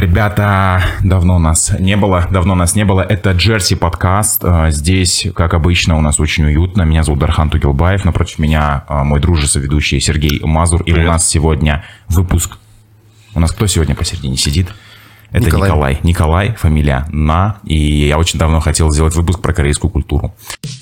Ребята, давно нас не было. Это Джерси подкаст. Здесь, как обычно, у нас очень уютно. Меня зовут Дархан Тугилбаев. Напротив меня мой дружи, соведущий Сергей Мазур. И у нас сегодня выпуск. У нас кто сегодня посередине сидит? Это Николай. Николай, фамилия На. И я очень давно хотел сделать выпуск про корейскую культуру.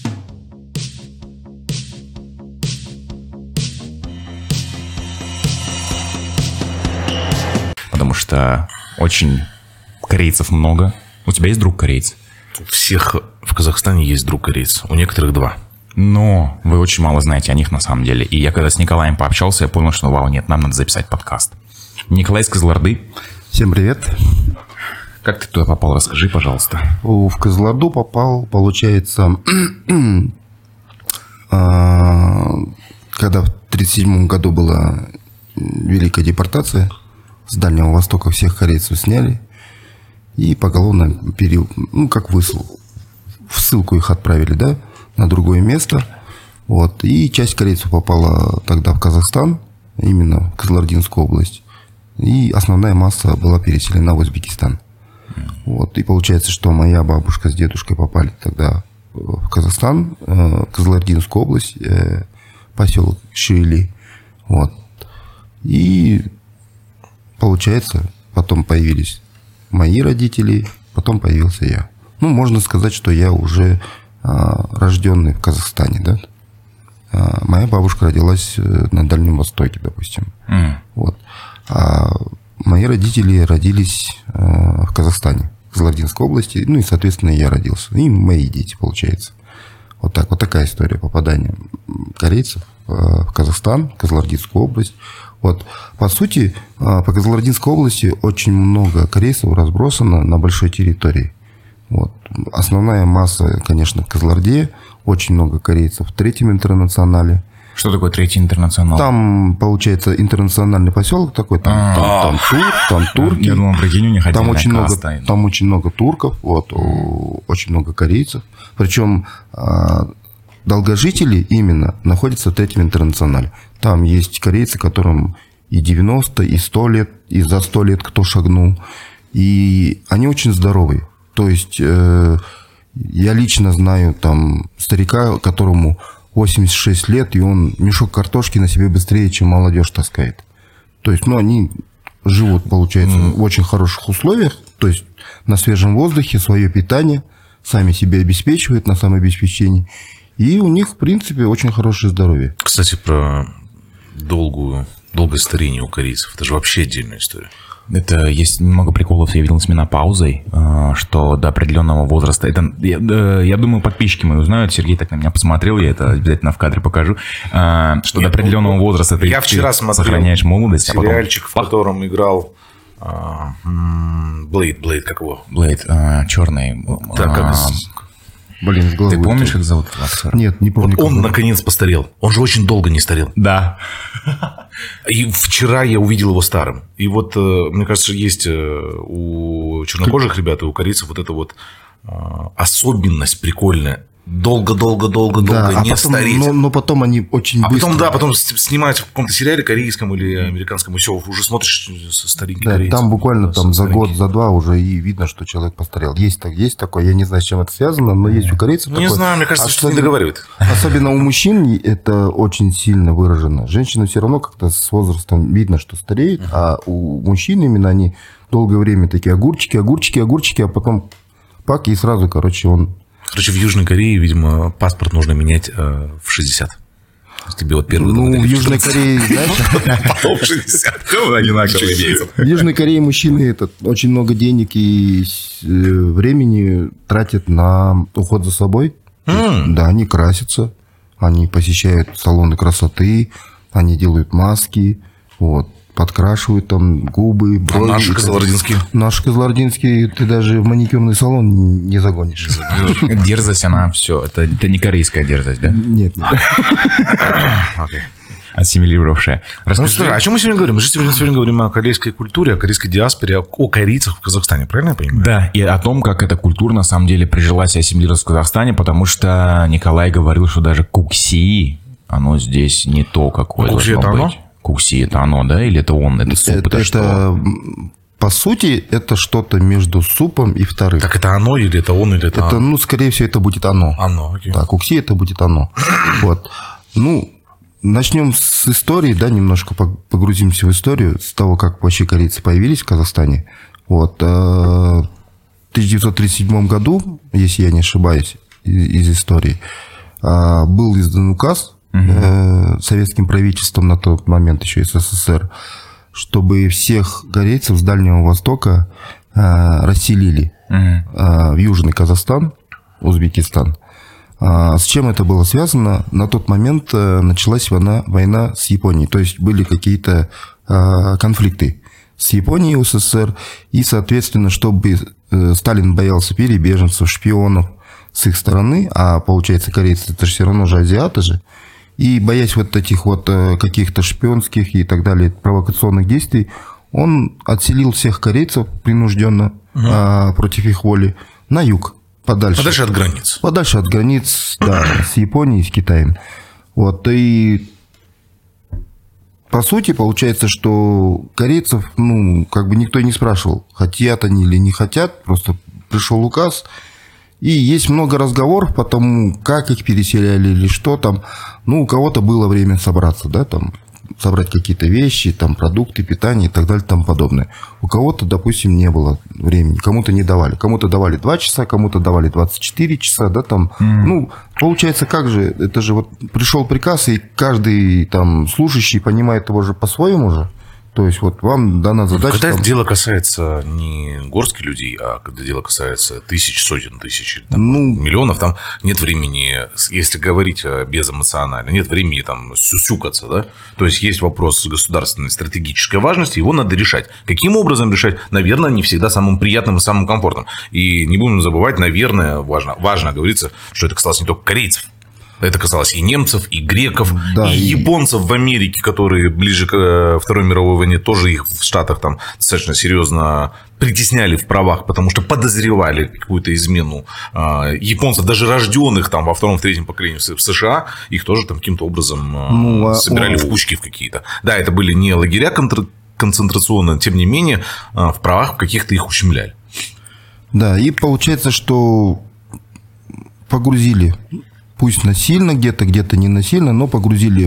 Потому что очень корейцев много. У тебя есть друг корейец? У всех в Казахстане есть друг корейец. У некоторых два. Но вы очень мало знаете о них на самом деле. И я когда с Николаем пообщался, я понял, что вау, нет, нам надо записать подкаст. Николай из Кызылорды. Всем привет. Как ты туда попал? Расскажи, пожалуйста. В Кызылорду попал, получается, когда в 1937 году была Великая депортация, с Дальнего Востока всех корейцев сняли и поголовно в ссылку их отправили, да, на другое место. Вот. И часть корейцев попала тогда в Казахстан, именно в Кызылординскую область. И основная масса была переселена в Узбекистан. Вот. И получается, что моя бабушка с дедушкой попали тогда в Казахстан, Кызылординскую область, поселок Шили. Вот. И получается, потом появились мои родители, потом появился я. Ну, можно сказать, что я уже рожденный в Казахстане, да. Моя бабушка родилась на Дальнем Востоке, допустим. Вот. А мои родители родились в Казахстане, в Кызылординской области. Ну и, соответственно, я родился. И мои дети, получается. Вот так. Вот такая история попадания корейцев в Казахстан, Кызылординскую область. Вот. По сути, по Кызылординской области очень много корейцев разбросано на большой территории. Вот. Основная масса, конечно, в Кызылорде. Очень много корейцев в Третьем интернационале. Что такое Третий интернационал? Там, получается, интернациональный поселок такой. Там турки. Я думал, прикинь, у них там отдельная очень много турков, вот, очень много корейцев. Причем долгожители именно находятся в Третьем интернационале. Там есть корейцы, которым и 90, и 100 лет, и за 100 лет кто шагнул. И они очень здоровые. То есть я лично знаю там старика, которому 86 лет, и он мешок картошки на себе быстрее, чем молодежь таскает. То есть, они живут, получается, в очень хороших условиях, то есть на свежем воздухе, свое питание, сами себе обеспечивают на самообеспечении. И у них, в принципе, очень хорошее здоровье. Кстати, про долгое старение у корейцев. Это же вообще отдельная история. Это есть много приколов, я видел с менопаузой, что до определенного возраста... Я думаю, подписчики мои узнают. Сергей так на меня посмотрел, я это обязательно в кадре покажу. Что до определенного возраста ты сохраняешь молодость. Сериальчик, в котором играл Блейд, как его? Блейд, черный. Блин, в голову. Ты помнишь, как зовут актера? Нет, не помню. Он наконец постарел. Он же очень долго не старел. Да. И вчера я увидел его старым. И вот, мне кажется, есть у чернокожих ребят и у корейцев вот эта вот особенность прикольная. Долго не стареть. Но потом они очень быстро. Потом снимают в каком-то сериале корейском или американском, и все, уже смотришь старенький корейцев. Там буквально за год, за два уже и видно, что человек постарел. Есть такое, я не знаю, с чем это связано, но есть у корейцев такое. Не знаю, мне кажется, что не договаривает. Особенно у мужчин это очень сильно выражено. Женщины все равно как-то с возрастом видно, что стареют, а у мужчин именно они долгое время такие огурчики, а потом пак, и сразу, он... Короче, в Южной Корее, видимо, паспорт нужно менять в 60. Тебе вот первый... в Южной Корее, знаешь... Потом 60. В Южной Корее мужчины очень много денег и времени тратят на уход за собой. Да, они красятся, они посещают салоны красоты, они делают маски, подкрашивают там губы, брови. А наши кызылординские? Наши кызылординские ты даже в маникюрный салон не загонишь. Дерзость, она все. Это не корейская дерзость, да? Нет. Ассимилировавшая. Расскажи, о чем мы сегодня говорим? Мы же сегодня говорим о корейской культуре, о корейской диаспоре, о корейцах в Казахстане, правильно я понимаю? Да, и о том, как эта культура на самом деле прижилась и ассимилировалась в Казахстане, потому что Николай говорил, что даже кукси, оно здесь не то, какое кукси должно это быть. Оно? Кукси это оно, да? Или это он? Это суп? Это по сути, это что-то между супом и вторым. Так это оно или это он, или это Это, оно? ну, скорее всего, это будет оно. Оно, окей. Да, кукси это будет оно. Вот. Ну, начнем с истории, да, немножко погрузимся в историю, с того, как вообще корейцы появились в Казахстане. Вот. В 1937 году, если я не ошибаюсь, из истории, был издан указ советским правительством на тот момент еще СССР, чтобы всех корейцев с Дальнего Востока расселили в Южный Казахстан, Узбекистан. С чем это было связано? На тот момент началась война с Японией. То есть были какие-то конфликты с Японией и СССР. И, соответственно, чтобы Сталин боялся перебеженцев, шпионов с их стороны, а получается корейцы это же все равно же азиаты же, и боясь вот этих вот каких-то шпионских и так далее провокационных действий, он отселил всех корейцев принужденно против их воли на юг, подальше. Подальше от границ. Подальше от границ, да, с Японией, с Китаем. Вот, и по сути получается, что корейцев, ну, как бы никто не спрашивал, хотят они или не хотят, просто пришел указ. И есть много разговоров по тому, как их переселяли или что там. Ну, у кого-то было время собраться, да, там, собрать какие-то вещи, там, продукты, питание и так далее, и тому подобное. У кого-то, допустим, не было времени, кому-то не давали. Кому-то давали 2 часа, кому-то давали 24 часа, да, там. Ну, получается, как же, это же вот пришел приказ, и каждый там слушающий понимает его же по-своему же. То есть, вот вам дана задача... Когда там... дело касается не горстки людей, а когда дело касается тысяч, сотен тысяч, там, миллионов, там нет времени, если говорить безэмоционально, нет времени там сюсюкаться, да? То есть, есть вопрос государственной стратегической важности, его надо решать. Каким образом решать? Наверное, не всегда самым приятным и самым комфортным. И не будем забывать, наверное, важно говорится, что это касалось не только корейцев. Это касалось и немцев, и греков, да, и японцев в Америке, которые ближе к Второй мировой войне тоже их в Штатах там достаточно серьезно притесняли в правах, потому что подозревали какую-то измену японцев, даже рожденных там во втором, в третьем поколении в США, их тоже там каким-то образом собирали в кучки в какие-то. Да, это были не лагеря концентрационные, тем не менее в правах каких-то их ущемляли. Да, и получается, что погрузили... Пусть насильно где-то, где-то не насильно, но погрузили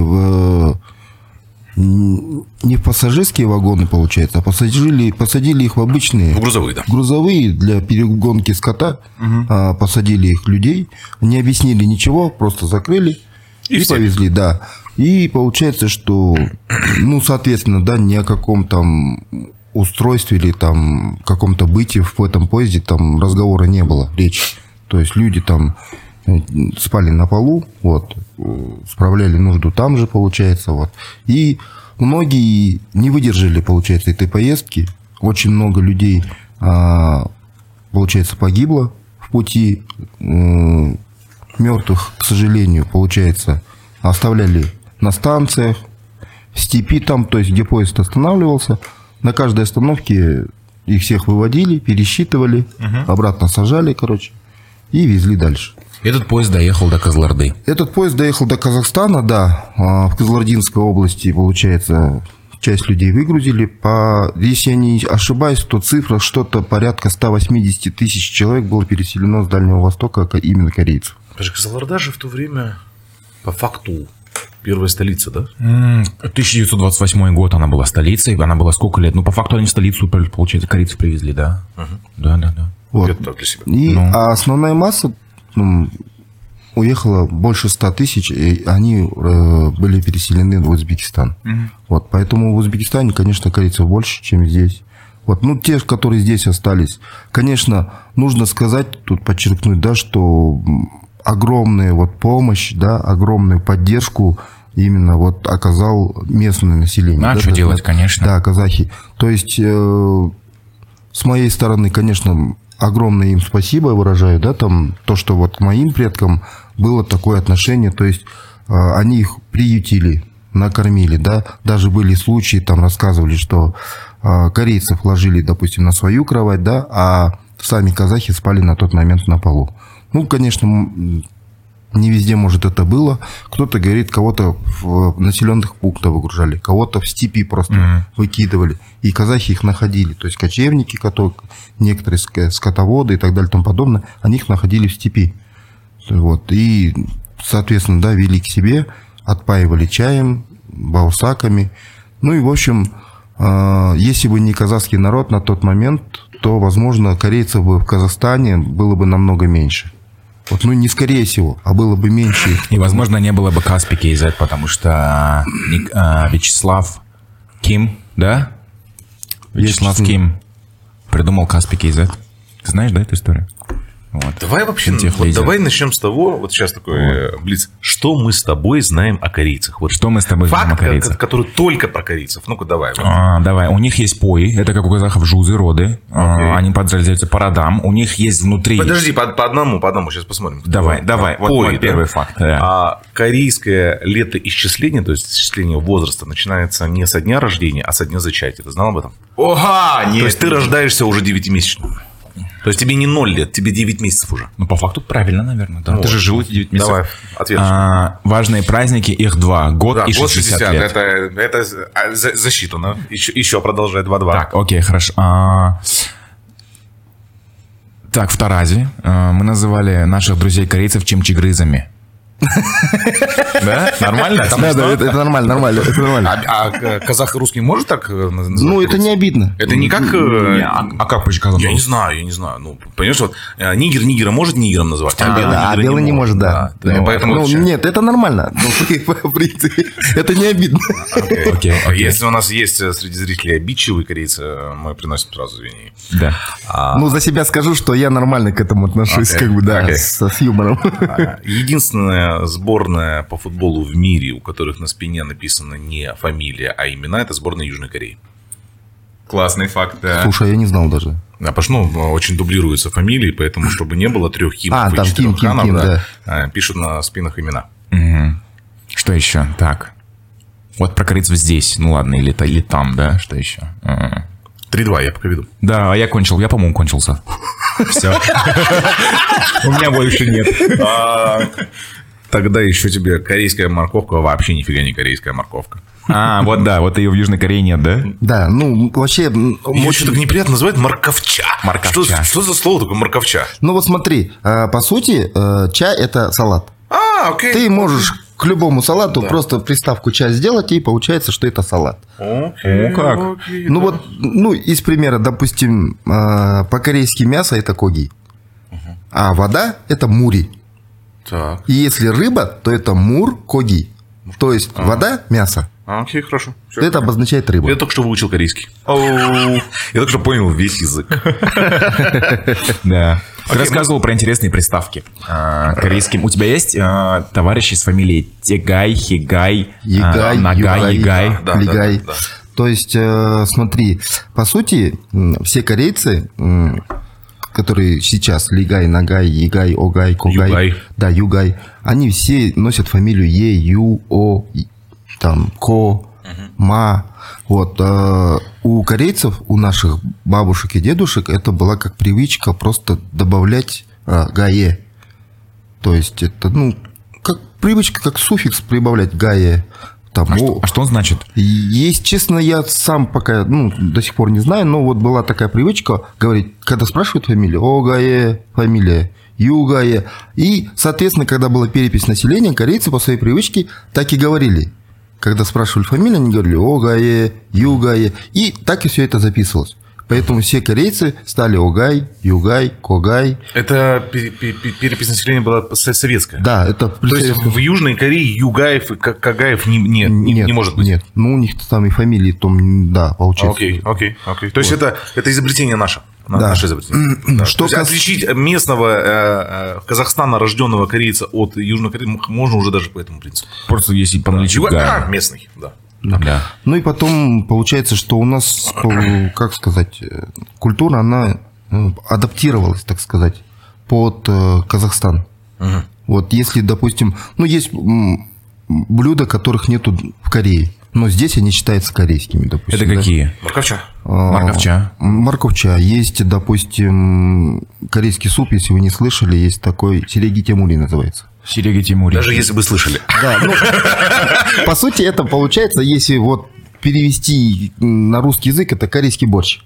не в пассажирские вагоны, получается, а посадили их в обычные. В грузовые, да. Грузовые для перегонки скота. Посадили их людей, не объяснили ничего, просто закрыли и повезли, да. И получается, что, ну, соответственно, да, ни о каком там устройстве или там каком-то быте в этом поезде там разговора не было, речи. То есть люди там спали на полу, вот, справляли нужду там же, получается, вот. И многие не выдержали, получается, этой поездки. Очень много людей, получается, погибло в пути. Мертвых, к сожалению, получается, оставляли на станциях, в степи там, то есть, где поезд останавливался. На каждой остановке их всех выводили, пересчитывали, обратно сажали, короче, и везли дальше. Этот поезд доехал до Кызылорды. Этот поезд доехал до Казахстана, да. В Кызылординской области, получается, часть людей выгрузили. Если я не ошибаюсь, то цифра что-то порядка 180 тысяч человек было переселено с Дальнего Востока, именно корейцев. Кызылорда же в то время, по факту, первая столица, да? 1928 год она была столицей. Она была сколько лет? Ну, по факту они столицу, получается, корейцев привезли, да? Да. Вот. Это так для себя. И основная масса... уехало больше 100 тысяч, и они были переселены в Узбекистан. Вот, поэтому в Узбекистане, конечно, корейцев больше, чем здесь. Вот, ну, те, которые здесь остались, конечно, нужно сказать, тут подчеркнуть, да, что огромная вот помощь, да, огромную поддержку именно вот оказал местное население. А да, что делать, конечно. Да, казахи. То есть, с моей стороны, конечно, огромное им спасибо выражаю, да, там, то, что вот к моим предкам было такое отношение, то есть они их приютили, накормили, да, даже были случаи, там рассказывали, что корейцев ложили, допустим, на свою кровать, да, а сами казахи спали на тот момент на полу. Ну, конечно, не везде, может, это было. Кто-то говорит, кого-то в населенных пунктах выгружали, кого-то в степи просто выкидывали. И казахи их находили. То есть кочевники, которые, некоторые скотоводы и так далее и тому подобное, они их находили в степи. Вот. И, соответственно, да, вели к себе, отпаивали чаем, баурсаками. Ну и, в общем, если бы не казахский народ на тот момент, то, возможно, корейцев бы в Казахстане было бы намного меньше. Вот, ну, не скорее всего, а было бы меньше их. И, возможно, не было бы Каспий KZ, потому что Вячеслав Ким, да? Вячеслав Ким придумал Каспий KZ. Ты знаешь, да, эту историю? Вот. Давай вообще, вот давай начнем с того, вот сейчас такой блиц. Что мы с тобой знаем о корейцах? Вот что мы с тобой знаем о корейцах? Факт, который только про корейцев. Ну-ка, давай. Давай. У них есть пои, это как у казахов жузы, роды. Они подразделяются по родам. У них есть внутри... Подожди, по одному, сейчас посмотрим. Давай. Вот пои, мой первый факт. Да. Корейское летоисчисление, то есть исчисление возраста, начинается не со дня рождения, а со дня зачатия. Ты знал об этом? Ага! Нет. То есть ты рождаешься уже 9-месячным. То есть тебе не 0 лет, тебе 9 месяцев уже. Ну, по факту правильно, наверное. Да. Ну, ты же жил эти 9 месяцев. Давай, ответ. Важные праздники, их 2. Год и 60 лет. Это засчитано. Еще продолжай 2-2. Так, окей, хорошо. Так, в Таразе мы называли наших друзей-корейцев чимчигрызами. Да? Нормально? Да, это нормально. А казах и русский может так называть? Ну, это не обидно. Это не как... А как по-казахски? Я не знаю. Ну, понимаешь, вот нигер нигера может нигером называть, А белый не может, да. Поэтому... Нет, это нормально. В принципе, это не обидно. Окей. Если у нас есть среди зрителей обидчивые корейцы, мы приносим сразу извинения. Да. Ну, за себя скажу, что я нормально к этому отношусь, как бы, да, с юмором. Единственная сборная по футболу в мире, у которых на спине написано не фамилия, а имена, это сборная Южной Кореи. Классный факт, да. Слушай, я не знал даже. Да, потому что очень дублируются фамилии, поэтому, чтобы не было 3 Кимов и 4 Ханов, пишут на спинах имена. Что еще? Так. Вот про корейцев здесь. Ну ладно, или там, да? Что еще? 3-2, я пока веду. Да, я кончил. Я, по-моему, кончился. Все. У меня больше нет. Тогда еще тебе корейская морковка вообще нифига не корейская морковка. Вот да, вот ее в Южной Корее нет, да? Да, ну вообще... Очень так неприятно называют морковча. Что за слово такое морковча? Ну вот смотри, по сути, чай это салат. Окей. Ты можешь к любому салату просто приставку чай сделать, и получается, что это салат. Окей. Как? Ну вот, из примера, допустим, по-корейски мясо это коги, а вода это мури. Так. И если рыба, то это мур-коги. То есть вода, мясо. Окей, хорошо. Это обозначает рыбу. Я только что выучил корейский. Я только что понял весь язык. Да. Ты рассказывал про интересные приставки корейским. У тебя есть товарищи с фамилией Тегай, Хигай, Нагай, Егай? Лигай. То есть, смотри, по сути, все корейцы... которые сейчас Лигай, Нагай, Егай, Огай, Когай, Югай. Да, Югай, они все носят фамилию Е, Ю, О, там, Ко, Ма. Вот. У корейцев, у наших бабушек и дедушек это была как привычка просто добавлять Гае. То есть это, как привычка, как суффикс прибавлять Гае. Там, а что он значит? Есть, честно, я сам пока, до сих пор не знаю, но вот была такая привычка говорить, когда спрашивают фамилию, Огае, фамилия, Югае. И, соответственно, когда была перепись населения, корейцы по своей привычке так и говорили. Когда спрашивали фамилию, они говорили Огае, Югае. И так и все это записывалось. Поэтому все корейцы стали Огай, Югай, Когай. Это перепись населения была советская? Да, это... То есть в Южной Корее Югаев и Кагаев не может быть? Нет, у них там и фамилии, да, получается. Окей. То есть это изобретение наше? Да. Наше изобретение. Что То есть отличить местного Казахстана рожденного корейца от Южной Кореи можно уже даже по этому принципу. Просто если по наличию местный, да. Да. Ну и потом получается, что у нас, как сказать, культура, она адаптировалась, так сказать, под Казахстан. Вот если, допустим, есть блюда, которых нету в Корее, но здесь они считаются корейскими, допустим. Это какие? Морковча. Морковча. Есть, допустим, корейский суп, если вы не слышали, есть такой, сиреги темури называется. Серега Тимурин. Даже если бы слышали. Да, ну, по сути, это получается, если вот перевести на русский язык, это корейский борщ.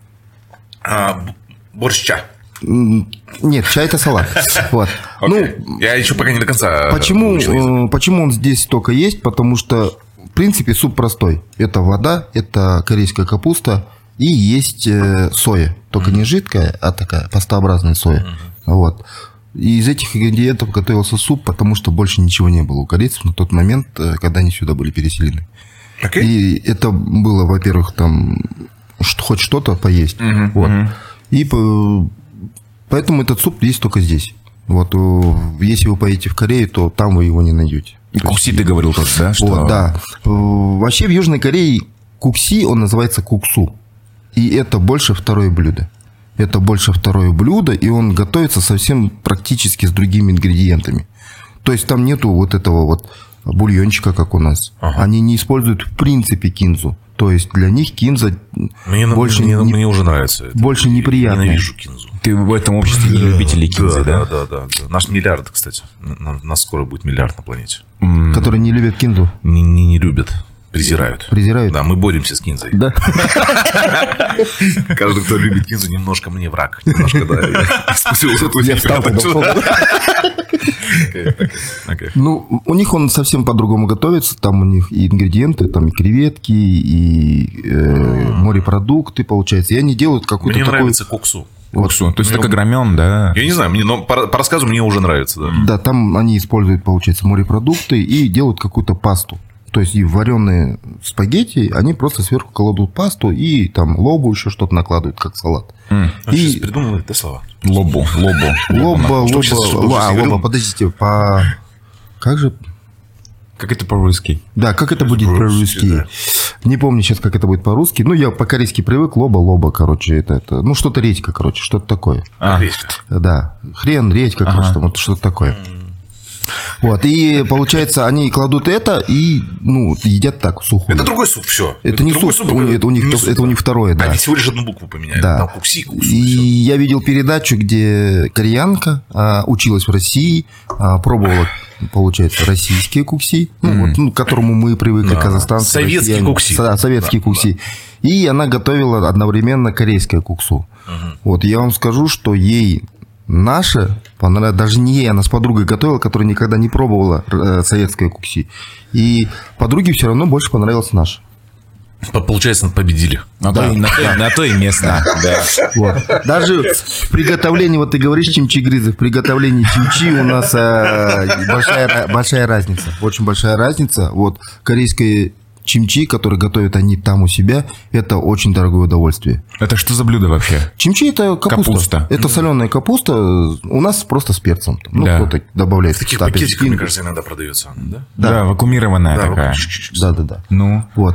Борщ-ча. Нет, чай это салат. Вот. Ну, я еще пока не до конца. Почему он здесь только есть? Потому что, в принципе, суп простой. Это вода, это корейская капуста и есть соя. Только не жидкая, а такая пастообразная соя. Вот. И из этих ингредиентов готовился суп, потому что больше ничего не было у корейцев на тот момент, когда они сюда были переселены. И это было, во-первых, там хоть что-то поесть. Вот. И поэтому этот суп есть только здесь. Вот. Если вы поедете в Корею, то там вы его не найдете. Кукси ты говорил тоже, да? Что... Вот, да. Вообще в Южной Корее кукси, он называется куксу. И это больше второе блюдо. Это больше второе блюдо, и он готовится совсем практически с другими ингредиентами. То есть там нету вот этого вот бульончика, как у нас. Они не используют в принципе кинзу. То есть для них кинза мне уже нравится. Больше неприятно. Ненавижу кинзу. Ты в этом обществе не любителей кинзы, да? Да. Наш миллиард, кстати. Нас скоро будет миллиард на планете. Которые не любят кинзу? Не любят. Презирают. Презирают? Да, мы боремся с кинзой. Да. Каждый, кто любит кинзу, немножко мне враг. Немножко, да. Я встал. Ну, у них он совсем по-другому готовится. Там у них и ингредиенты, там и креветки, и морепродукты, получается. И они делают какую-то такую... такую... Мне нравится куксу. Куксу. То есть это как рамен, да? Я не знаю, но по рассказу мне уже нравится. Да, там они используют, получается, морепродукты и делают какую-то пасту. То есть и вареные спагетти, они просто сверху кладут пасту и там лобу еще что-то накладывают, как салат. И придумывают это слова. Лобу. Лоба, подождите, как же... Как это по-русски? Да, как это будет по-русски? Да. Не помню сейчас, как это будет по-русски. Ну, я по-корейски привык. Лоба, короче, это... Ну, что-то редька, короче, что-то такое. Редька. Да. Хрен, редька, короче, там, что-то такое. Вот, и получается, они кладут это и, ну, едят так, сухую. Это другой суп, все. Это не суп, это у них второе, да. Они всего лишь одну букву поменяли. Да. Там кукси. И я видел передачу, где кореянка училась в России, пробовала, получается, российские кукси, к которому мы привыкли, казахстанцы. Советские кукси. Да, советские кукси. И она готовила одновременно корейское куксу. Вот, я вам скажу, что ей... Наша, даже не ей, она с подругой готовила, которая никогда не пробовала советское кукси. И подруге все равно больше понравилось наше. Получается, победили. На то и место. Вот. Даже в приготовлении, вот ты говоришь чимчи-грызы, в приготовлении чимчи у нас большая разница. Очень большая разница. Вот корейское чимчи, которые готовят они там у себя, это очень дорогое удовольствие. Это что за блюдо вообще? Чимчи – это капуста. Это соленая капуста. У нас просто с перцем. Ну, кто-то добавляет. В таких пакетиках, мне кажется, иногда продается. Да, вакуумированная такая. Да. Ну? Вот.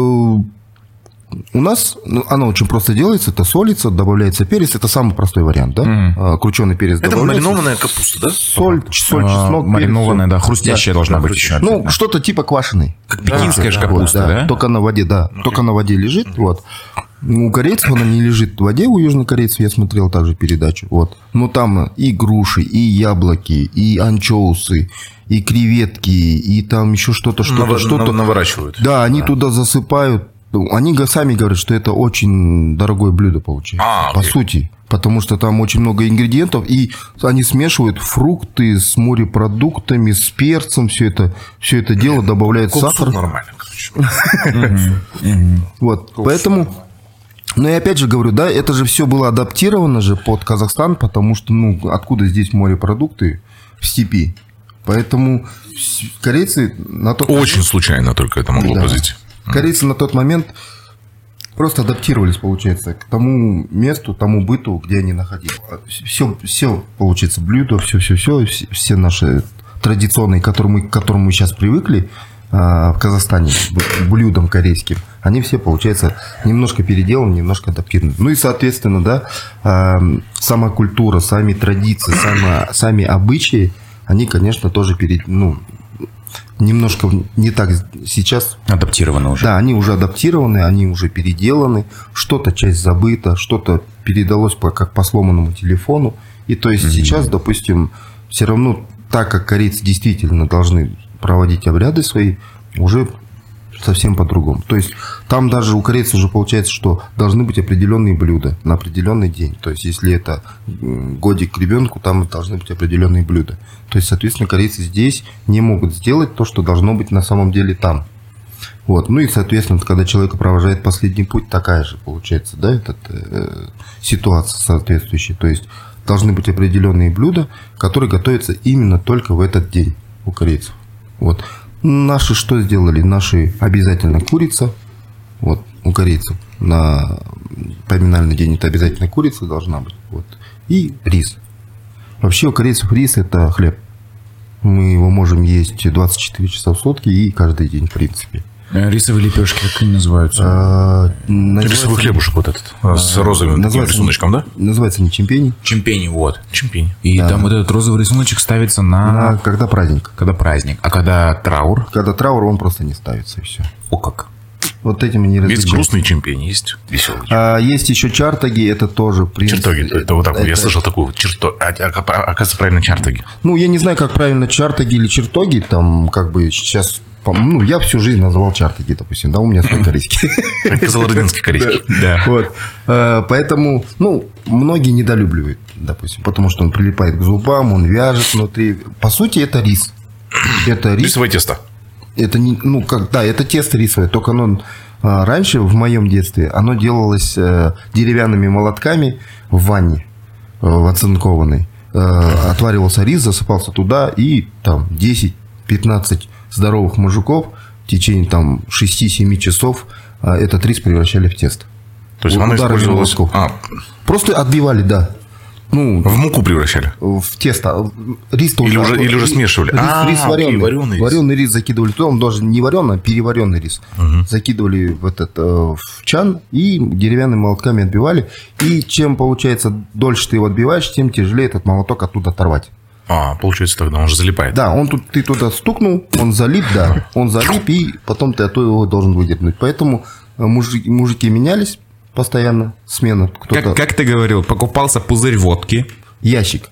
У нас она очень просто делается. Это солится, добавляется перец. Это самый простой вариант, да? Крученый перец добавляется. Это маринованная капуста, да? Соль, чеснок, маринованная, да. Хрустящая должна быть еще. Ну, что-то типа квашеной. Как пекинская же капуста, да? Только на воде, да. Только на воде лежит, вот. У корейцев она не лежит в воде, у южнокорейцев я смотрел также передачу, вот. Но там и груши, и яблоки, и анчоусы, и креветки, и там еще что-то. Наворачивают. Да, они туда засыпают. Они сами говорят, что это очень дорогое блюдо получается, по сути. Потому что там очень много ингредиентов, и они смешивают фрукты с морепродуктами, с перцем, все это дело, добавляют сахар. Нормально, короче. Вот, поэтому... Ну и опять же говорю, да, это же все было адаптировано же под Казахстан, потому что, ну, откуда здесь морепродукты в степи. Поэтому корейцы на тот момент... Очень случайно только это могло произойти. Корейцы на тот момент просто адаптировались, получается, к тому месту, тому быту, где они находились. Все получается, блюда, все наши традиционные, к которым мы сейчас привыкли в Казахстане, к блюдам корейским, они все, получается, немножко переделаны, немножко адаптированы. Ну и, соответственно, да, сама культура, сами традиции, сами обычаи, они, конечно, тоже немножко не так сейчас. Адаптированы уже. Да, они уже адаптированы, они уже переделаны. Что-то часть забыта, что-то передалось как по сломанному телефону. И то есть сейчас, допустим, все равно так как корейцы действительно должны проводить обряды свои, уже совсем по-другому. То есть там даже у корейцев уже получается, что должны быть определенные блюда на определенный день. То есть если это годик к ребенку, там должны быть определенные блюда. То есть, соответственно, корейцы здесь не могут сделать то, что должно быть на самом деле там. Вот. Ну и, соответственно, когда человека провожает последний путь, такая же получается, да, ситуация соответствующая. То есть должны быть определенные блюда, которые готовятся именно только в этот день у корейцев. Вот. Наши что сделали? Наши обязательно курица. Вот, у корейцев на поминальный день это обязательно курица должна быть. Вот. И рис. Вообще у корейцев рис это хлеб. Мы его можем есть 24 часа в сутки и каждый день, в принципе. Рисовые лепешки, как они называются? Рисовый хлебушек вот этот, с розовым таким рисуночком, да? Называется не чемпени. Чемпени, вот. Чемпень. И там вот этот розовый рисуночек ставится на... Когда праздник. Когда праздник. А когда траур? Когда траур, он просто не ставится, и все. О как. Вот этим они различаются. Есть грустные чемпени, есть веселые. Есть еще чартаги, это тоже... Чертоги, это вот так вот, я слышал такую оказывается, правильно чартаги. Ну, я не знаю, как правильно чартаги или чертоги, там, как бы, сейчас... Ну, я всю жизнь называл чартаги, допустим, да, у меня свой корейский. Казалординский корейский. Да. Вот. Поэтому, ну, многие недолюбливают, допустим, потому что он прилипает к зубам, он вяжет внутри. По сути, это рис. Это рис. Рисовое тесто. Это не, ну, как, да, это тесто рисовое, только оно раньше, в моем детстве, оно делалось деревянными молотками в ванне, в оцинкованной. Отваривался рис, засыпался туда, и там 10-15 здоровых мужиков в течение там 6-7 часов этот рис превращали в тесто. То есть оно использовалось... Просто отбивали, да. Ну, в муку превращали? В тесто. Рис-то или уже смешивали? Рис вареный. Вареный рис. Вареный рис закидывали туда, он даже не вареный, а переваренный рис. Закидывали в чан и деревянными молотками отбивали. И чем, получается, дольше ты его отбиваешь, тем тяжелее этот молоток оттуда оторвать. Получается тогда, он же залипает. Да, ты туда стукнул, он залип, да. Он залип, и потом ты оттуда его должен выдернуть. Поэтому мужики менялись постоянно, смена. Как ты говорил, покупался пузырь водки. Ящик,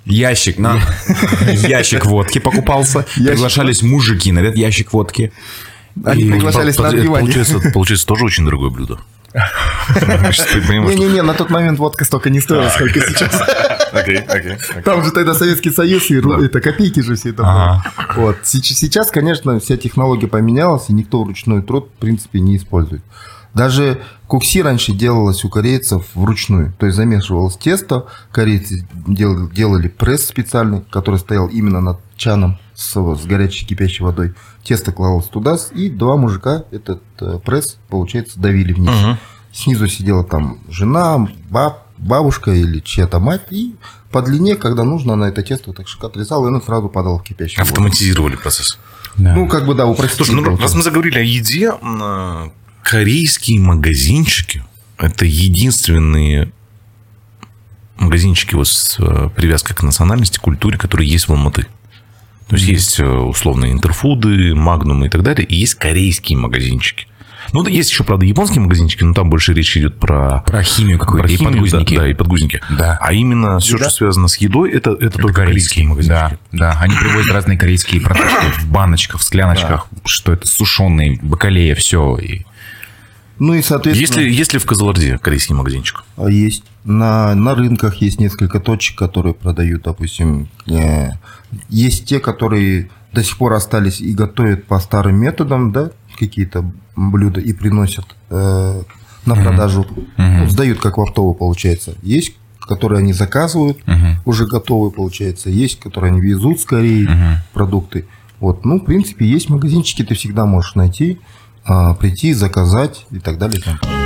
ящик водки покупался. Приглашались мужики на этот ящик водки. Они приглашались на отбивание. Получается, тоже очень дорогое блюдо. Не-не-не, на тот момент водка столько не стоила, сколько сейчас. Там же тогда Советский Союз, и это копейки же все это. Вот. Сейчас, конечно, вся технология поменялась, и никто ручной труд, в принципе, не использует. Даже кукси раньше делалось у корейцев вручную. То есть замешивалось тесто, корейцы делали пресс специальный, который стоял именно над чаном с горячей кипящей водой. Тесто клалось туда, и два мужика этот пресс, получается, давили вниз. Снизу сидела там жена, бабушка или чья-то мать, и по длине, когда нужно, она это тесто так шик отрезала, и оно сразу падало в кипящую воду. Автоматизировали процесс. Да. Ну, как бы, да, упростили. Слушай, раз мы заговорили о еде, корейские магазинчики – это единственные магазинчики вот с привязкой к национальности, культуре, которые есть в Алматы. То есть есть условные интерфуды, магнумы и так далее, и есть корейские магазинчики. Ну, да, есть еще, правда, японские магазинчики, но там больше речь идет про химию какую-то, и подгузники. Да, и подгузники. Да. А именно все, что связано с едой, это только корейские магазинчики. Да, они привозят разные корейские продукты в баночках, в скляночках, что это сушеные, бакалея, все. Ну и, соответственно... Есть ли в Казалорде корейский магазинчик? Есть. На рынках есть несколько точек, которые продают, допустим, есть те, которые до сих пор остались и готовят по старым методам, да, какие-то блюда и приносят на продажу, сдают как в оптовую, получается. Есть, которые они заказывают, уже готовые, получается. Есть, которые они везут скорее продукты. Вот, ну, в принципе, есть магазинчики, ты всегда можешь найти, прийти, заказать и так далее.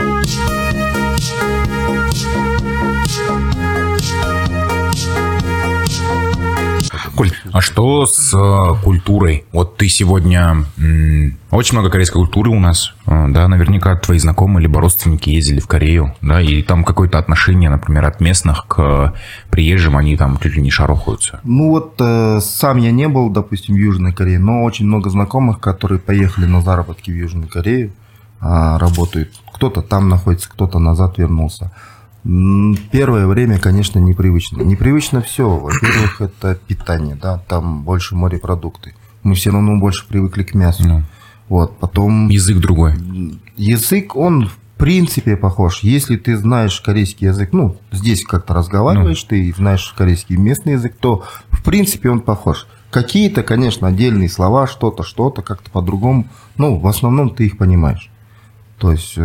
Коль, а что с культурой? Вот ты сегодня... Очень много корейской культуры у нас. Да, наверняка твои знакомые либо родственники ездили в Корею. Да, и там какое-то отношение, например, от местных к приезжим, они там чуть ли не шарохаются. Ну вот сам я не был, допустим, в Южной Корее, но очень много знакомых, которые поехали на заработки в Южную Корею, работают. Кто-то там находится, кто-то назад вернулся. Первое время, конечно, непривычно. Непривычно все. Во-первых, это питание, да, там больше морепродукты. Мы все равно больше привыкли к мясу. Вот, потом... Язык другой. Язык, он в принципе похож. Если ты знаешь корейский язык, ну, здесь как-то разговариваешь, ты знаешь корейский местный язык, то в принципе он похож. Какие-то, конечно, отдельные слова, что-то как-то по-другому. Ну, в основном ты их понимаешь. То есть...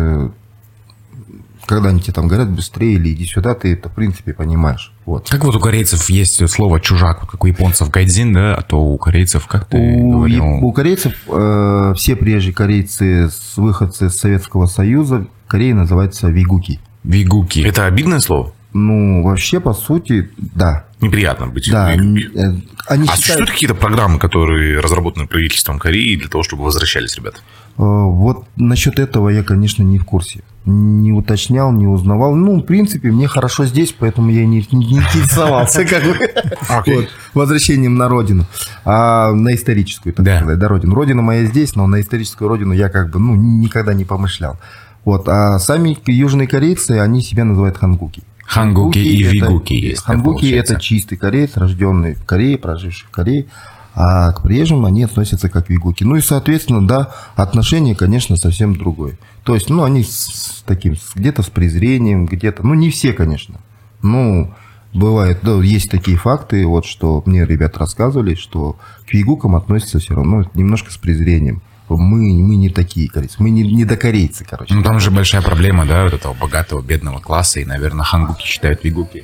Когда они тебе там говорят быстрее или иди сюда, ты это в принципе понимаешь. Вот. Как вот у корейцев есть слово чужак, как у японцев гайдзин, да, а то у корейцев как ты говорил? У корейцев все приезжие корейцы, выходцы из Советского Союза, Корея называется вигуки. Вигуки. Это обидное слово? Ну, вообще, по сути, да. Неприятно быть. Да. Они существуют какие-то программы, которые разработаны правительством Кореи для того, чтобы возвращались ребята? Вот насчет этого я, конечно, не в курсе. Не уточнял, не узнавал. Ну, в принципе, мне хорошо здесь, поэтому я не интересовался как бы возвращением на родину. А на историческую, так сказать, да, родину. Родина моя здесь, но на историческую родину я как бы, ну, никогда не помышлял. Вот. А сами южные корейцы, они себя называют хангуки. Хангуки и вигуки есть. Хангуки – это чистый кореец, рожденный в Корее, проживший в Корее. А к приезжим они относятся как вигуки. Ну и, соответственно, да, отношение, конечно, совсем другое. То есть, ну, они с таким, где-то с презрением, где-то... Ну, не все, конечно. Ну, бывает, да, есть такие факты, вот, что мне ребята рассказывали, что к вигукам относятся все равно немножко с презрением. Мы не такие корейцы, мы не докорейцы, короче. Ну, там же большая проблема, да, вот этого богатого, бедного класса, и, наверное, хангуки считают вигуки.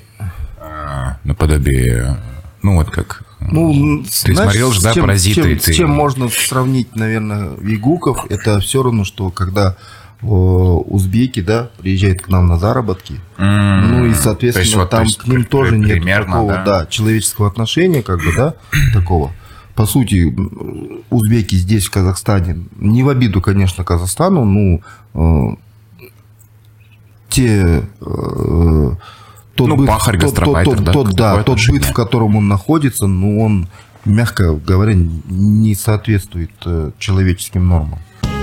Наподобие, ну, вот как... Ну, ты смотрел же, да, «Паразиты»? С чем можно сравнить, наверное, вигуков? Это все равно, что когда узбеки, да, приезжают к нам на заработки, ну и, соответственно, там к ним тоже нет такого, да, человеческого отношения, как бы, да, такого. По сути, узбеки здесь, в Казахстане, не в обиду, конечно, Казахстану, ну, тот пахарь, гастарбайтер, да, тот быт, в котором он находится, ну, он, мягко говоря, не соответствует человеческим нормам.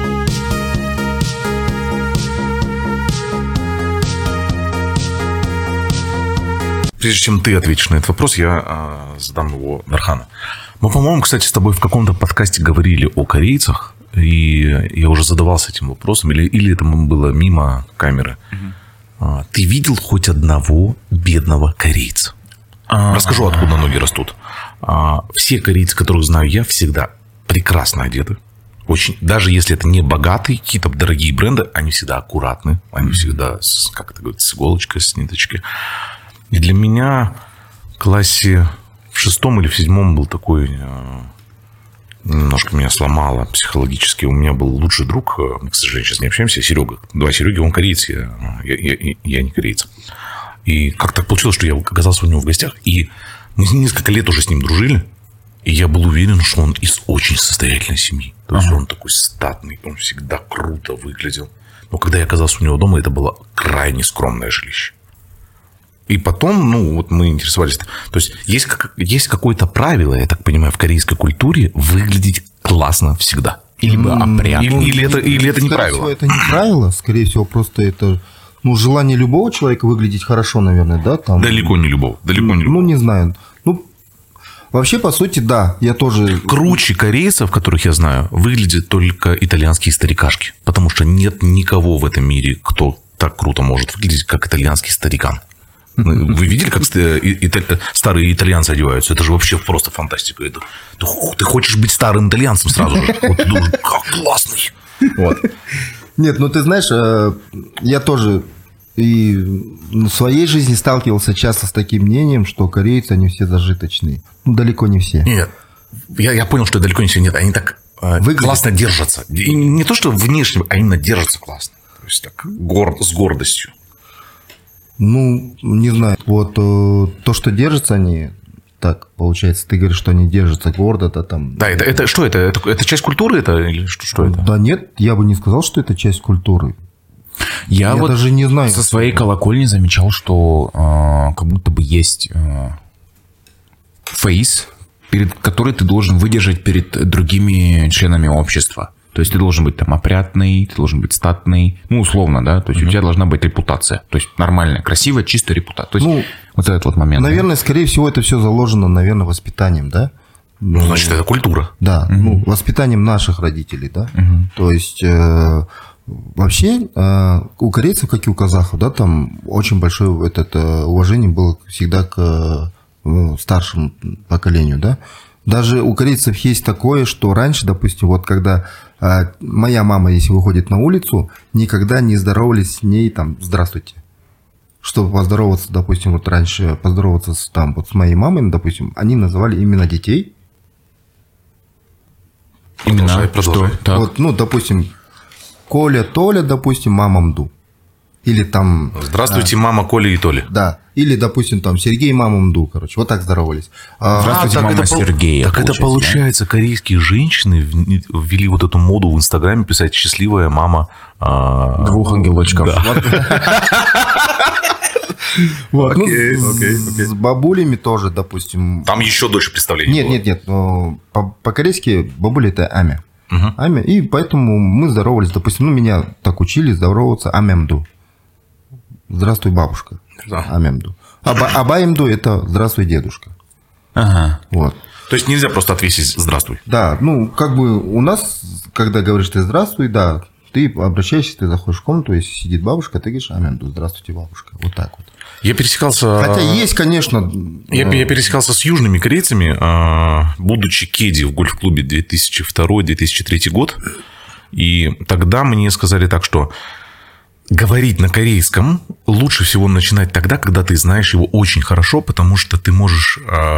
Прежде чем ты ответишь на этот вопрос, я задам его Дархану. Мы, по-моему, кстати, с тобой в каком-то подкасте говорили о корейцах, и я уже задавался этим вопросом, или это было мимо камеры. Ты видел хоть одного бедного корейца? Расскажу, откуда ноги растут. Все корейцы, которых знаю я, всегда прекрасно одеты. Очень, даже если это не богатые, какие-то дорогие бренды, они всегда аккуратны. Они всегда, как это говорится, с иголочкой, с ниточкой. И для меня в классе в 6 или в 7 был такой... Немножко меня сломало психологически. У меня был лучший друг, мы, к сожалению, сейчас не общаемся, Серега. Два Сереги, он кореец, я не кореец. И как так получилось, что я оказался у него в гостях, и мы несколько лет уже с ним дружили, и я был уверен, что он из очень состоятельной семьи. То есть он такой статный, он всегда круто выглядел. Но когда я оказался у него дома, это было крайне скромное жилище. И потом, ну, вот мы интересовались. То есть, есть какое-то правило, я так понимаю, в корейской культуре выглядеть классно всегда. Или опрятно. Или это не правило? Всего, это не правило. Скорее всего, просто это желание любого человека выглядеть хорошо, наверное, да? Там... Далеко не любого. Ну, не знаю. Ну, вообще, по сути, да. Я тоже... Круче корейцев, которых я знаю, выглядят только итальянские старикашки. Потому что нет никого в этом мире, кто так круто может выглядеть, как итальянский старикан. Вы видели, как старые итальянцы одеваются? Это же вообще просто фантастика. Ты хочешь быть старым итальянцем сразу же. Вот ты думаешь, как классный. Вот. Нет, ну ты знаешь, я тоже и в своей жизни сталкивался часто с таким мнением, что корейцы, они все зажиточные. Ну, далеко не все. Нет, я понял, что далеко не все. Нет, они так классно держатся. И не то, что внешне, а именно держатся классно. То есть так с гордостью. Ну, не знаю. Вот то, что держатся они, так, получается, ты говоришь, что они держатся гордо-то там. Да, это что это? Это часть культуры это или что это? Да нет, я бы не сказал, что это часть культуры. Я вот даже не знаю. Со своей колокольни замечал, что как будто бы есть фейс, который ты должен выдержать перед другими членами общества. То есть ты должен быть там опрятный, ты должен быть статный, ну, условно, да, то есть у тебя должна быть репутация, то есть нормальная, красивая, чистая репутация. То есть вот этот вот момент. Наверное, скорее всего, это все заложено, наверное, воспитанием, да? Ну, значит, это культура. Да, воспитанием наших родителей, да. То есть вообще у корейцев, как и у казахов, да, там очень большое уважение было всегда к старшему поколению, да. Даже у корейцев есть такое, что раньше, допустим, вот когда моя мама, если выходит на улицу, никогда не здоровались с ней там «здравствуйте». Чтобы поздороваться, допустим, вот раньше поздороваться с моей мамой, допустим, они называли именно детей. Именно продолжай. Так. Вот, ну, допустим, Коля, Толя, допустим, мама Мду. Или там... Здравствуйте, мама Коля и Толя. Да. Или, допустим, там Сергей, мама Мду, короче. Вот так здоровались. Здравствуйте, мама Сергея. Так это получается, корейские женщины ввели вот эту моду в Инстаграме писать «счастливая мама». Двух ангелочков. Вот. С бабулями тоже, допустим. Там еще дольше представления. Нет. По-корейски бабуля это амя. Амя. И поэтому мы здоровались. Допустим, меня так учили здороваться амямду. Здравствуй, бабушка. Амямду. Абаемду это здравствуй, дедушка. Ага. Вот. То есть нельзя просто ответить «здравствуй». Да, ну, как бы у нас, когда говоришь ты «здравствуй», да, ты обращаешься, ты заходишь в комнату, если сидит бабушка, ты говоришь «амямду», «здравствуйте, бабушка». Вот так вот. Я пересекался... Хотя есть, конечно... Я пересекался с южными корейцами, будучи кеди в гольф-клубе 2002-2003 год. И тогда мне сказали так, что говорить на корейском лучше всего начинать тогда, когда ты знаешь его очень хорошо, потому что ты можешь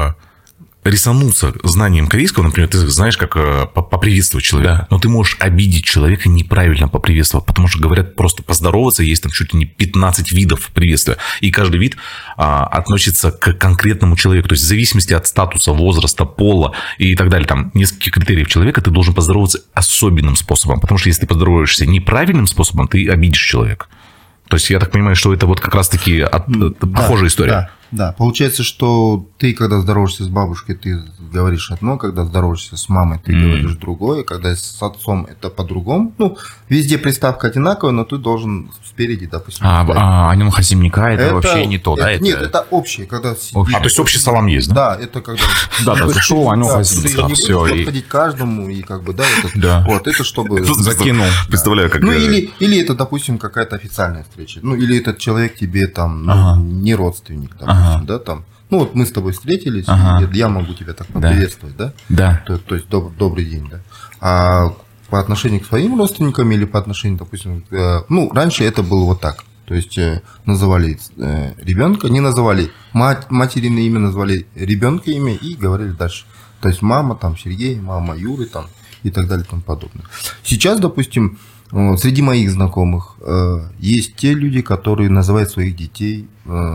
рисануться знанием корейского, например, ты знаешь, как поприветствовать человека, да. Но ты можешь обидеть человека неправильно поприветствовать, потому что говорят просто поздороваться, есть там чуть ли не 15 видов приветствия, и каждый вид относится к конкретному человеку, то есть в зависимости от статуса, возраста, пола и так далее, там несколько критериев человека, ты должен поздороваться особенным способом, потому что если ты поздороваешься неправильным способом, ты обидишь человека. То есть я так понимаю, что это вот как раз-таки похожая история. Да, получается, что ты, когда здороваешься с бабушкой, ты говоришь одно, когда здороваешься с мамой, ты говоришь другое, когда с отцом это по-другому. Ну, везде приставка одинаковая, но ты должен спереди, допустим. Анюн Хасимника это вообще не то, да? Нет, это общее, когда... то есть общий салам есть, да? Да, это когда... Да, зашел, Анюн Хасимника, все. Ты не подходить каждому, и как бы, да. Вот, это чтобы... Закинул. Представляю, как... Ну, или это, допустим, какая-то официальная встреча. Ну, или этот человек тебе там не родственник, допустим. Да, там, ну вот мы с тобой встретились, я могу тебя так поприветствовать, да? Да. То есть добрый день, да. А по отношению к своим родственникам или по отношению, допустим, ну, раньше это было вот так. То есть называли ребенка, не называли материное имя, называли ребенка имя и говорили дальше. То есть мама там Сергей, мама Юры там и так далее и тому подобное. Сейчас, допустим, среди моих знакомых есть те люди, которые называют своих детей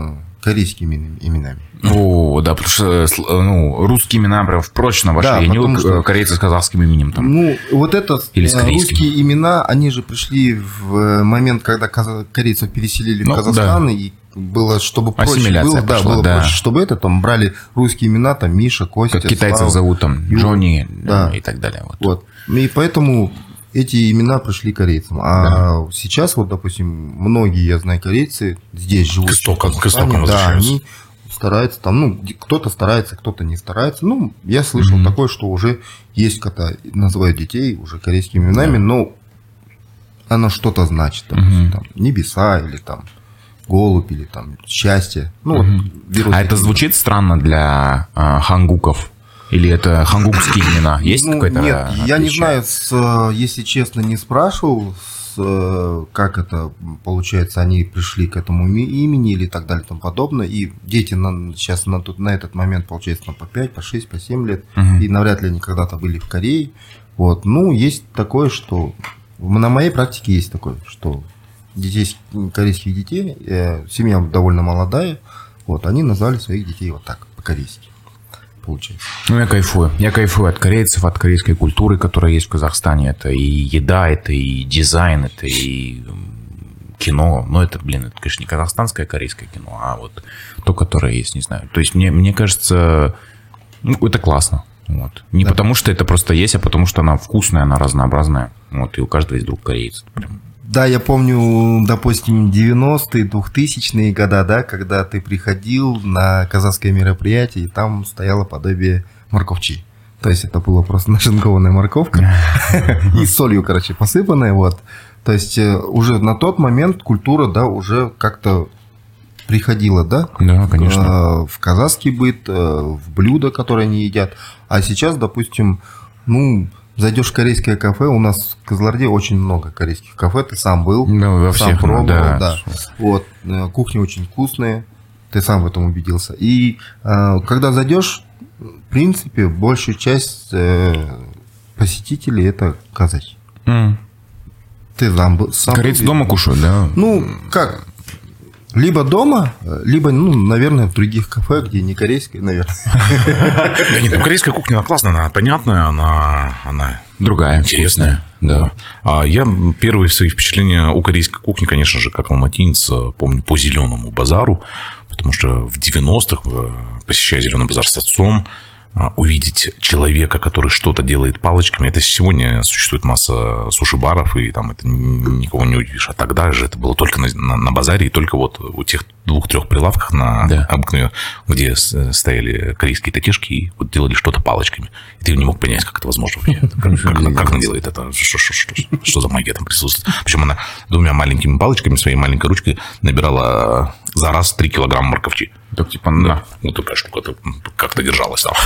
корейскими именами. О, да, потому что русские имена прям прочно вошли, да, потому что корейцы с казахским именем. Там. Ну, вот это русские имена, они же пришли в момент, когда корейцев переселили в Казахстан, и было, чтобы проще было, было проще, чтобы там брали русские имена, там Миша, Костя, как китайцев Слава, зовут там Джонни и так далее. Вот. И поэтому эти имена пришли корейцам. А сейчас, вот, допустим, многие, я знаю, корейцы здесь живут. К истокам да, они стараются там, ну, кто-то старается, кто-то не старается. Ну, я слышал такое, что уже есть, когда называют детей уже корейскими именами, но оно что-то значит. Допустим, там, небеса или там голубь или там счастье. Ну, вот, это звучит странно для хангуков? Или это хангукские имена? Есть какой-то Нет, отличие? Я не знаю, если честно, не спрашивал, как это получается, они пришли к этому имени или так далее и тому подобное. И дети сейчас на этот момент, получается, по 5, по 6, по 7 лет. И навряд ли они когда-то были в Корее. Вот. Ну, есть такое, что... На моей практике есть такое, что корейских детей, семья довольно молодая, вот, они назвали своих детей вот так, по-корейски. Получается. Ну, я кайфую от корейцев, от корейской культуры, которая есть в Казахстане. Это и еда, это и дизайн, это и кино. Но это, это, конечно, не казахстанское корейское кино, а вот то, которое есть, не знаю. То есть, мне кажется, это классно. Вот. Не потому, что это просто есть, а потому, что она вкусная, она разнообразная. Вот, и у каждого есть друг кореец. Прям. Да, я помню, допустим, 90-е, 2000-е годы, да, когда ты приходил на казахское мероприятие, и там стояло подобие морковчи. То есть это была просто нашинкованная морковка и солью, короче, посыпанная, вот. То есть уже на тот момент культура, да, уже как-то приходила, да? Да, конечно. В казахский быт, в блюда, которые они едят. А сейчас, допустим, ну, зайдешь в корейское кафе, у нас в Кызылорде очень много корейских кафе, ты сам был, Да, во сам всех, пробовал, да. да. Вот, кухни очень вкусные, ты сам в этом убедился. И когда зайдешь, в принципе, большую часть посетителей это казахи. Ты сам Корейцы дома кушают, да? Ну, как? Либо дома, либо, ну, наверное, в других кафе, где не корейское, наверное. Да нет, ну, корейская кухня, она классная, она понятная, она Другая. интересная. Да. А я первые свои впечатления о корейской кухне, конечно же, как алматинец, помню по Зеленому базару, потому что в 90-х, посещая Зеленый базар с отцом, увидеть человека, который что-то делает палочками. Это сегодня существует масса суши-баров, и там это никого не удивишь. А тогда же это было только на базаре, и только вот у тех 2-3 прилавках на обыкновенно, где стояли корейские татешки и вот делали что-то палочками. И ты не мог понять, как это возможно вообще. Как она делает это? Что за магия там присутствует? Причем она 2 маленькими палочками, своей маленькой ручкой набирала за раз 3 килограмма морковчи. Так, типа, на. Вот такая штука как-то держалась там.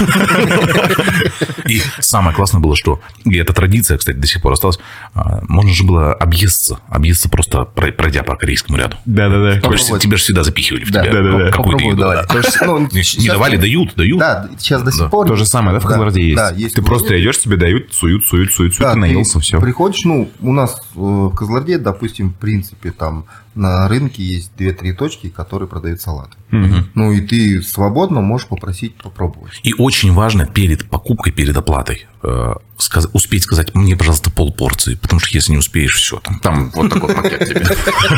И самое классное было, что, и эта традиция, кстати, до сих пор осталась, можно же было объесться просто пройдя по корейскому ряду. Да-да-да. Тебя же всегда запихивали в тебя. Да-да-да. Какую-то еду. Не давали, дают. Да, сейчас до сих пор. То же самое, да, в Кызылорде есть? Да, есть. Ты просто идешь, тебе дают, суют, Да, ты наелся, все. Приходишь, ну, у нас в Кызылорде, допустим, в принципе, там на рынке есть 2-3 точки, которые продают салаты. Ну, и ты свободно можешь попросить попробовать. И очень важно перед покупкой, перед оплатой успеть сказать: мне, пожалуйста, полпорции, потому что если не успеешь, все, там вот такой пакет тебе.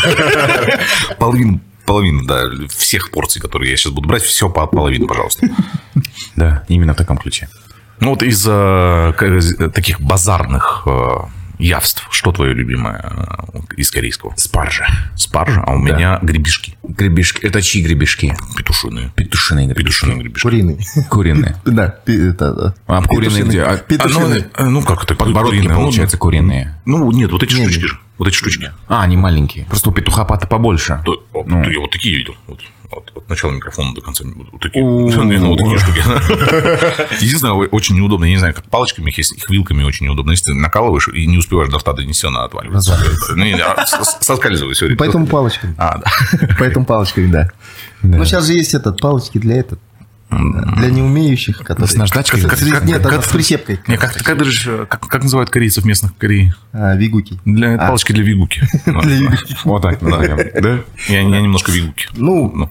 Половину, да, всех порций, которые я сейчас буду брать, все по половину, пожалуйста. Да, именно в таком ключе. Ну, вот из таких базарных явств, что твое любимое из корейского? Спаржа. Спаржа, а у меня гребешки. Гребешки. Это чьи гребешки? Петушиные. Петушиные гребешки. Куриные. Куриные. Да, это... А куриные где? Петушиные. Ну, как это? Подбородки, получается, куриные. Ну, нет, вот эти штучки же. Вот эти штучки. А, они маленькие. Просто у петуха пата побольше. Я вот такие видел. От начала микрофона до конца. Вот такие. Вот такие штуки. Единственное, очень неудобно. Я не знаю, как палочками, их вилками очень неудобно. Если ты накалываешь и не успеваешь до рта донести, она отваливается. Соскальзывает все. Поэтому палочками. Да. Поэтому палочками, да. Ну, сейчас же есть палочки для для неумеющих, которые... С наждачкой? Нет, это с присепкой. Как называют корейцев местных в Корее? Вигуки. Палочки для вигуки. Вот так, да? Я немножко вигуки. Ну,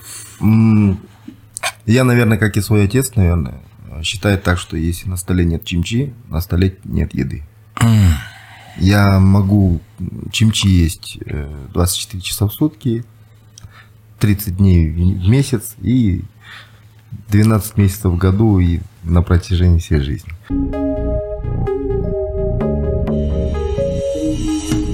я, наверное, как и свой отец, наверное, считаю так, что если на столе нет чимчи, на столе нет еды. Я могу чимчи есть 24 часа в сутки, 30 дней в месяц и 12 месяцев в году и на протяжении всей жизни.